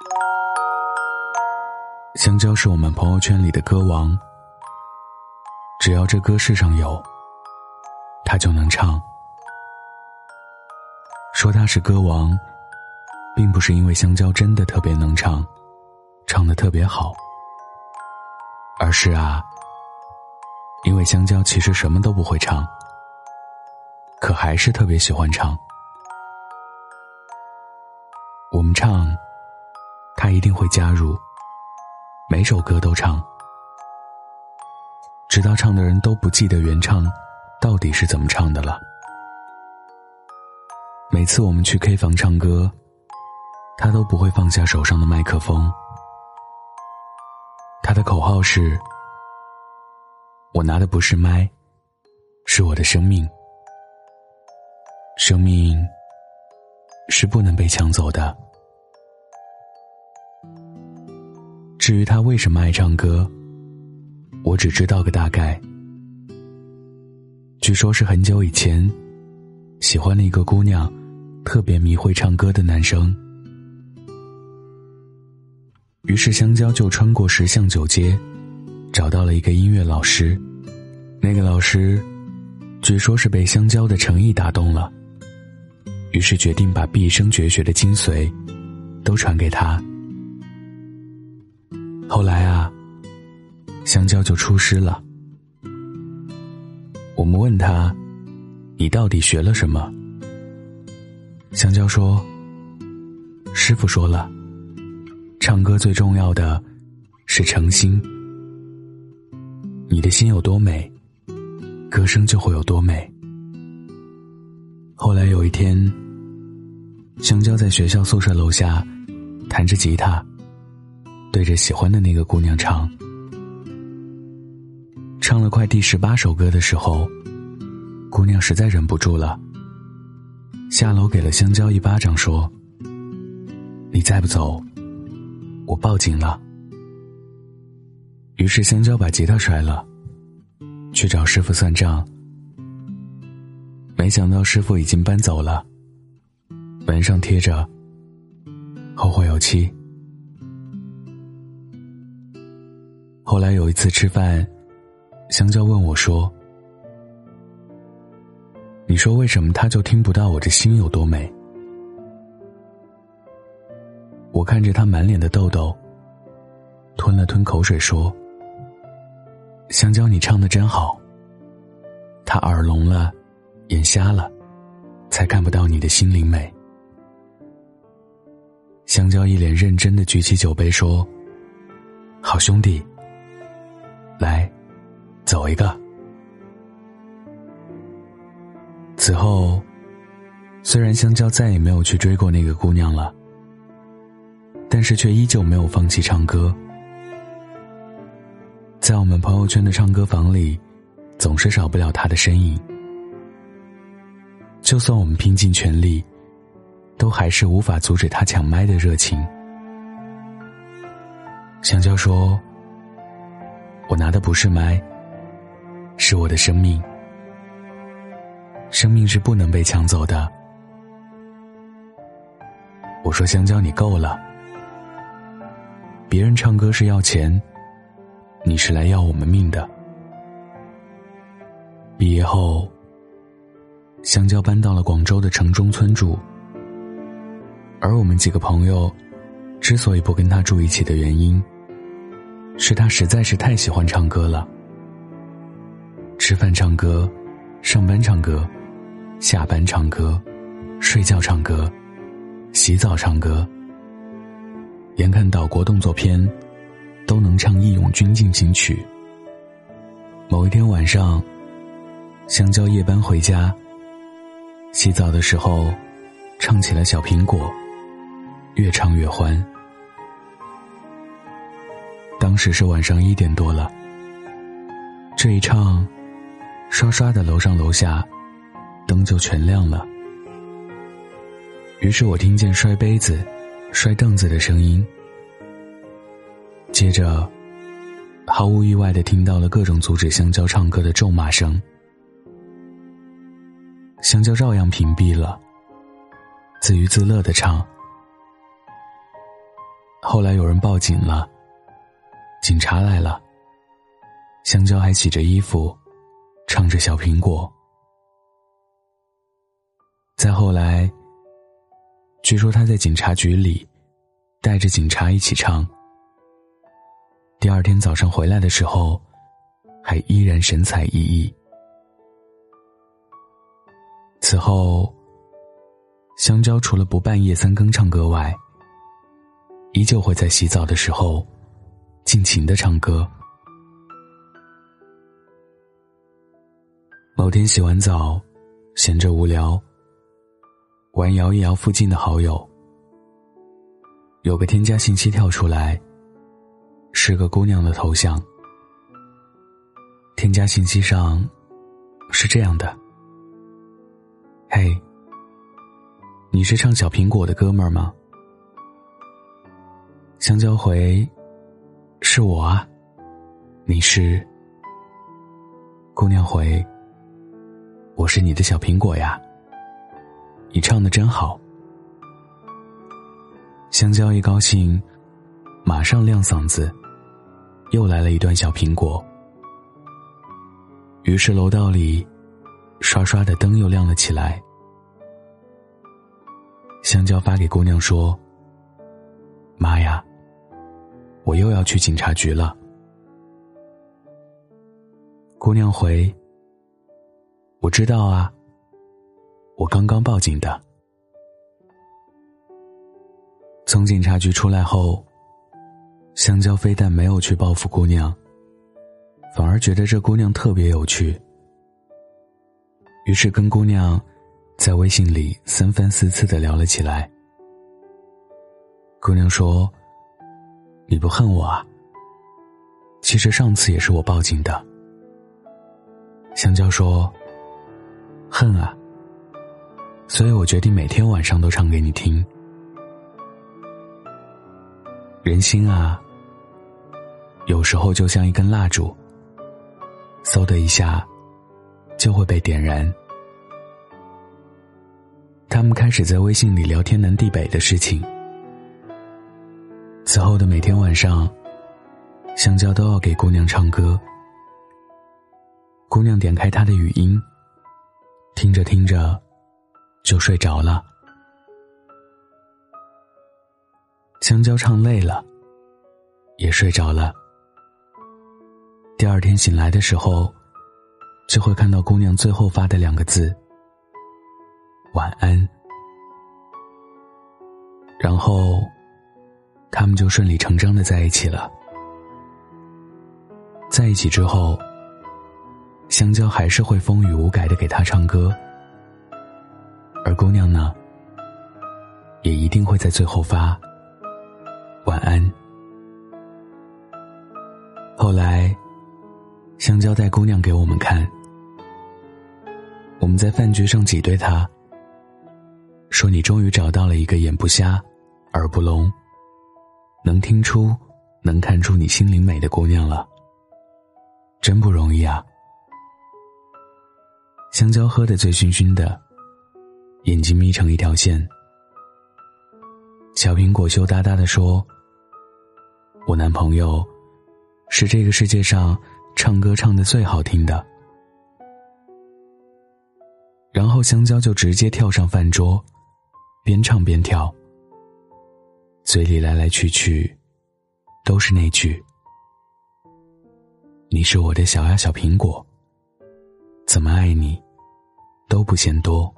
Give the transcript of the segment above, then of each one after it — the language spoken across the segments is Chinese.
香蕉是我们朋友圈里的歌王，只要这歌世上有，他就能唱。说他是歌王，并不是因为香蕉真的特别能唱，唱得特别好，而是因为香蕉其实什么都不会唱，可还是特别喜欢唱。我们唱，他一定会加入，每首歌都唱，直到唱的人都不记得原唱到底是怎么唱的了。每次我们去 K 房唱歌，他都不会放下手上的麦克风。他的口号是：我拿的不是麦，是我的生命。生命是不能被抢走的。至于他为什么爱唱歌，我只知道个大概。据说是很久以前，喜欢了一个姑娘，特别迷会唱歌的男生。于是香蕉就穿过10巷9街，找到了一个音乐老师。那个老师据说是被香蕉的诚意打动了，于是决定把毕生绝学的精髓都传给他。后来香蕉就出师了。我们问他，你到底学了什么？香蕉说，师傅说了，唱歌最重要的是诚心。你的心有多美，歌声就会有多美。后来有一天，香蕉在学校宿舍楼下弹着吉他，对着喜欢的那个姑娘唱。唱了快第18首歌的时候，姑娘实在忍不住了，下楼给了香蕉一巴掌，说，你再不走，我报警了。于是香蕉把吉他摔了，去找师傅算账。没想到师傅已经搬走了，门上贴着后会有期。后来有一次吃饭，香蕉问我说，你说为什么他就听不到我这心有多美？我看着他满脸的痘痘，吞了吞口水说，香蕉你唱得真好，他耳聋了，眼瞎了，才看不到你的心灵美。香蕉一脸认真地举起酒杯说，好兄弟，来，走一个。此后，虽然香蕉再也没有去追过那个姑娘了，但是却依旧没有放弃唱歌。在我们朋友圈的唱歌房里，总是少不了她的身影。就算我们拼尽全力，都还是无法阻止她抢麦的热情。香蕉说，我拿的不是麦，是我的生命。生命是不能被抢走的。我说，香蕉你够了，别人唱歌是要钱，你是来要我们命的。毕业后，香蕉搬到了广州的城中村住，而我们几个朋友之所以不跟他住一起的原因，是他实在是太喜欢唱歌了。吃饭唱歌，上班唱歌，下班唱歌，睡觉唱歌，洗澡唱歌，眼看岛国动作片都能唱《义勇军进行曲》。某一天晚上，香蕉夜班回家，洗澡的时候唱起了小苹果，越唱越欢。当时是晚上1点多了，这一唱，刷刷的楼上楼下灯就全亮了。于是我听见摔杯子、摔凳子的声音，接着毫无意外地听到了各种阻止香蕉唱歌的咒骂声。香蕉照样屏蔽了，自娱自乐地唱。 后来有人报警了，警察来了，香蕉还洗着衣服，唱着小苹果。再后来，据说他在警察局里带着警察一起唱，第二天早上回来的时候还依然神采奕奕。此后，香蕉除了不半夜三更唱歌外，依旧会在洗澡的时候尽情地唱歌。某天洗完澡，闲着无聊，玩摇一摇附近的好友，有个添加信息跳出来，是个姑娘的头像。添加信息上是这样的：嘿，你是唱小苹果的哥们儿吗？香蕉回：是我啊。你是？姑娘回：我是你的小苹果呀，你唱得真好。香蕉一高兴，马上亮嗓子，又来了一段小苹果。于是楼道里刷刷的灯又亮了起来。香蕉发给姑娘说：妈呀，我又要去警察局了。姑娘回：我知道啊，我刚刚报警的。从警察局出来后，香蕉非但没有去报复姑娘，反而觉得这姑娘特别有趣，于是跟姑娘在微信里三番四次地聊了起来。姑娘说：你不恨我啊？其实上次也是我报警的。香蕉说：恨啊，所以我决定每天晚上都唱给你听。人心啊，有时候就像一根蜡烛，嗖的一下就会被点燃。他们开始在微信里聊天南地北的事情。此后的每天晚上，香蕉都要给姑娘唱歌。姑娘点开她的语音，听着听着就睡着了。香蕉唱累了，也睡着了。第二天醒来的时候，就会看到姑娘最后发的2个字：晚安。然后他们就顺理成章地在一起了。在一起之后，香蕉还是会风雨无改地给他唱歌，而姑娘呢，也一定会在最后发晚安。后来香蕉带姑娘给我们看，我们在饭局上挤兑她，说你终于找到了一个眼不瞎耳不聋，能听出能看出你心灵美的姑娘了，真不容易啊。香蕉喝得醉醺醺的，眼睛眯成一条线。小苹果羞答答地说：我男朋友是这个世界上唱歌唱得最好听的。然后香蕉就直接跳上饭桌，边唱边跳，嘴里来来去去都是那句：你是我的小呀小苹果，怎么爱你都不嫌多。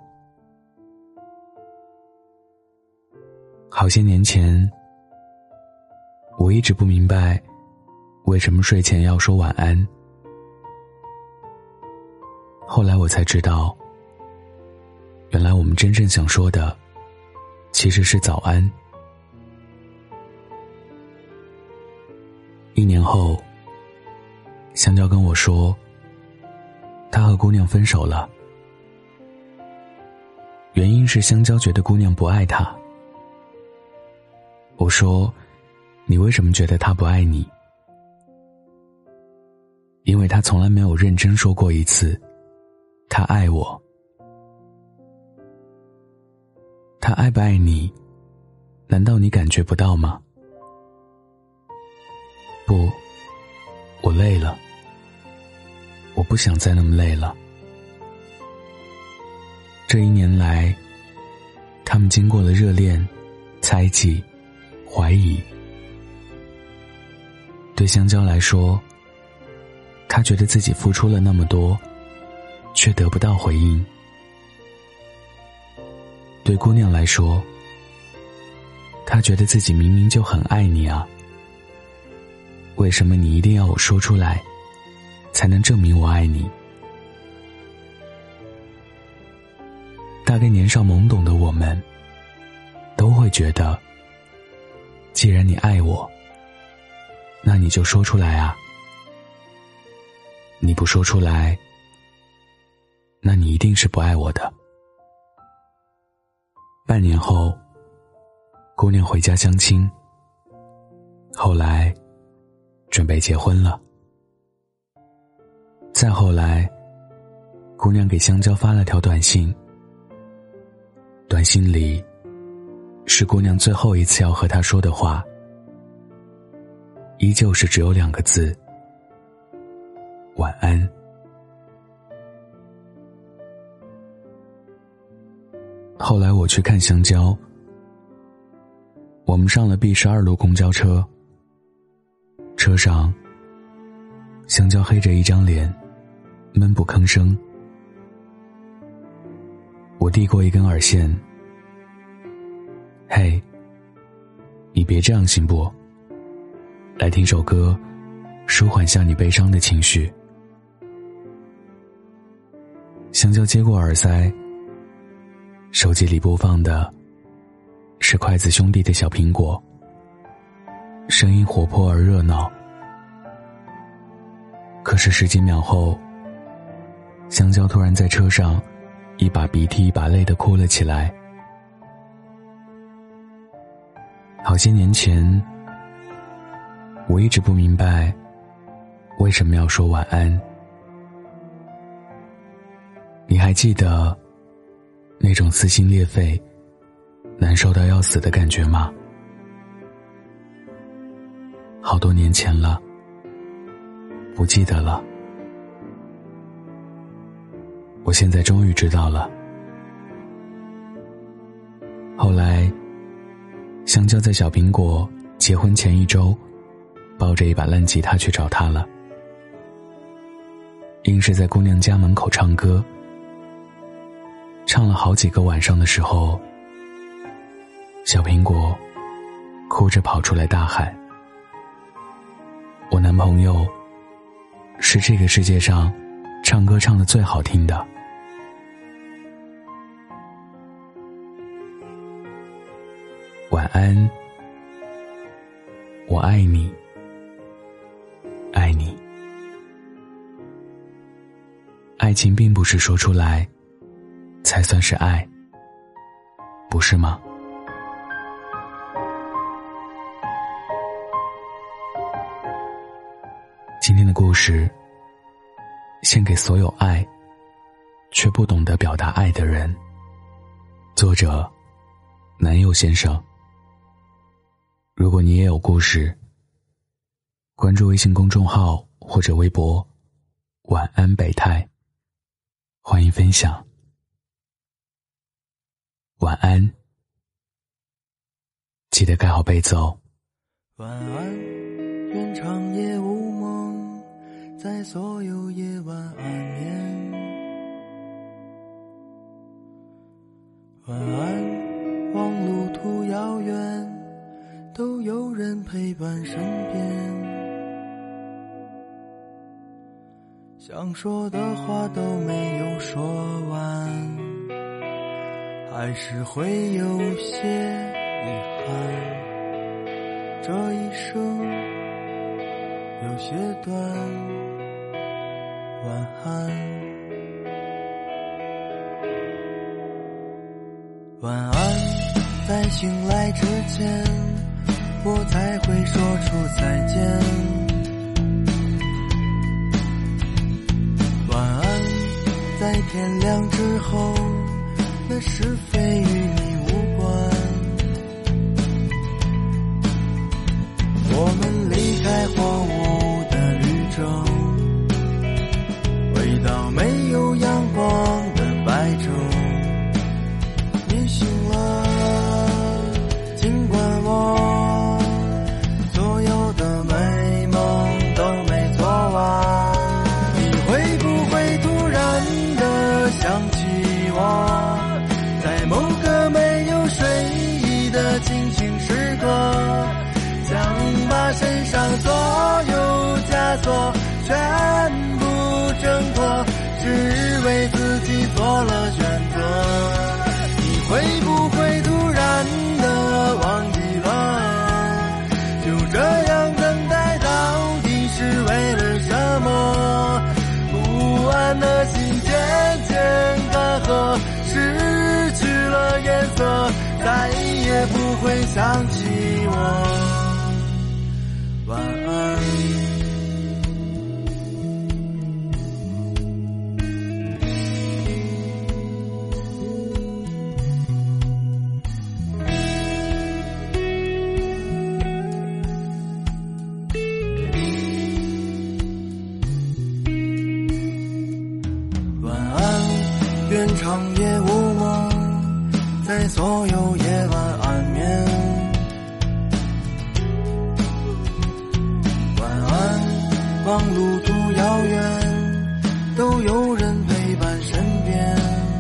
好些年前，我一直不明白为什么睡前要说晚安。后来我才知道，原来我们真正想说的其实是早安。1年后，香蕉跟我说，他和姑娘分手了，原因是香蕉觉得姑娘不爱他。我说，你为什么觉得他不爱你？因为他从来没有认真说过一次他爱我。他爱不爱你，难道你感觉不到吗？ 累了，我不想再那么累了。这1年来，他们经过了热恋、猜忌、怀疑。对香蕉来说，他觉得自己付出了那么多，却得不到回应。对姑娘来说，她觉得自己明明就很爱你啊，为什么你一定要我说出来，才能证明我爱你？大概年少懵懂的我们，都会觉得，既然你爱我，那你就说出来啊。你不说出来，那你一定是不爱我的。半年后，姑娘回家相亲，后来准备结婚了。再后来，姑娘给香蕉发了条短信，短信里是姑娘最后一次要和他说的话，依旧是只有2个字：晚安。后来我去看香蕉，我们上了 B12路公交车，车上香蕉黑着一张脸，闷不吭声。我递过一根耳线，嘿，你别这样行不？来听首歌，舒缓下你悲伤的情绪。香蕉接过耳塞，手机里播放的是筷子兄弟的小苹果，声音活泼而热闹。可是10几秒后，香蕉突然在车上一把鼻涕一把泪地哭了起来。好些年前，我一直不明白为什么要说晚安。你还记得那种撕心裂肺、难受到要死的感觉吗？好多年前了，不记得了。我现在终于知道了。后来，香蕉在小苹果结婚前1周，抱着一把烂吉他去找他了，硬是在姑娘家门口唱歌，唱了好几个晚上的时候，小苹果哭着跑出来大喊：我男朋友是这个世界上唱歌唱得最好听的。晚安，我爱你，爱你。爱情并不是说出来才算是爱，不是吗？今天的故事献给所有爱却不懂得表达爱的人，作者南佑先生。如果你也有故事，关注微信公众号或者微博晚安北太，欢迎分享。晚安，记得盖好被子哦。 晚安，愿长夜无梦，在所有夜晚安眠。晚安，望路途遥远，都有人陪伴身边。想说的话都没有说完，还是会有些遗憾。这一生有些短，晚安。晚安，在醒来之前，我才会说出再见。晚安，在天亮之后，那是非与你无关。我们离开荒芜的绿洲， 清醒时刻，想把身上所有枷锁全部挣脱，只为自己做了选择。你会不会突然的忘记了，就这样等待到底是为了什么？不安的心渐渐干涸，失去了颜色，再也不会想起我。晚安。愿长夜无梦，在所有夜晚安眠。晚安，望路途遥远，都有人陪伴身边。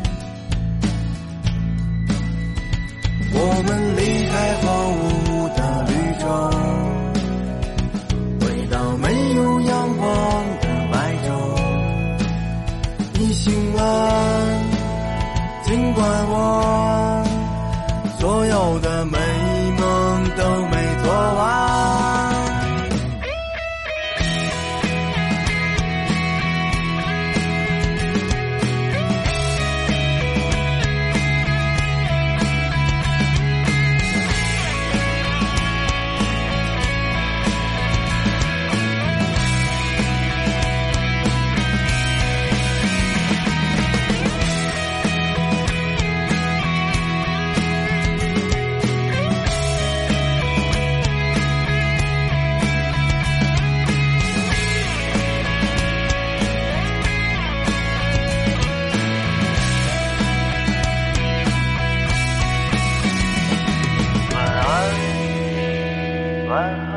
我们离开荒芜的绿洲，回到没有阳光的白昼。你醒了，尽管我所有的美梦都没做完。晚安，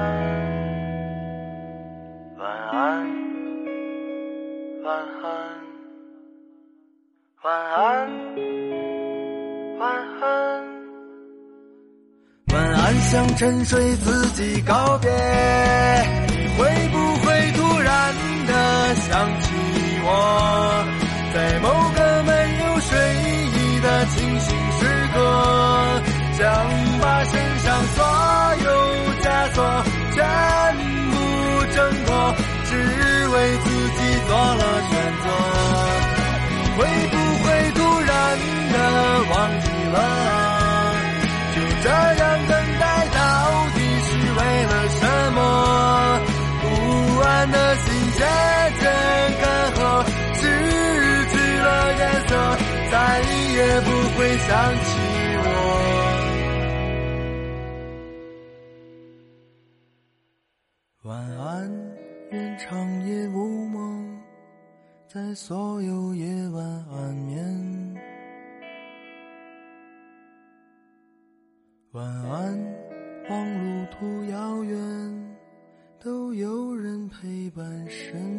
晚安，晚安，晚安，晚安，晚安，向沉睡自己告别。你会不会突然的想起我，在某个没有睡意的清醒时刻，想把身上所有枷锁全部挣脱，只为自己做了选择。会不会突然的忘记了，就这样等待到底是为了什么？不安的心渐渐干涸，失去了颜色，再也不会想起我。晚安，愿长夜无梦，在所有夜晚安眠。晚安，望路途遥远，都有人陪伴身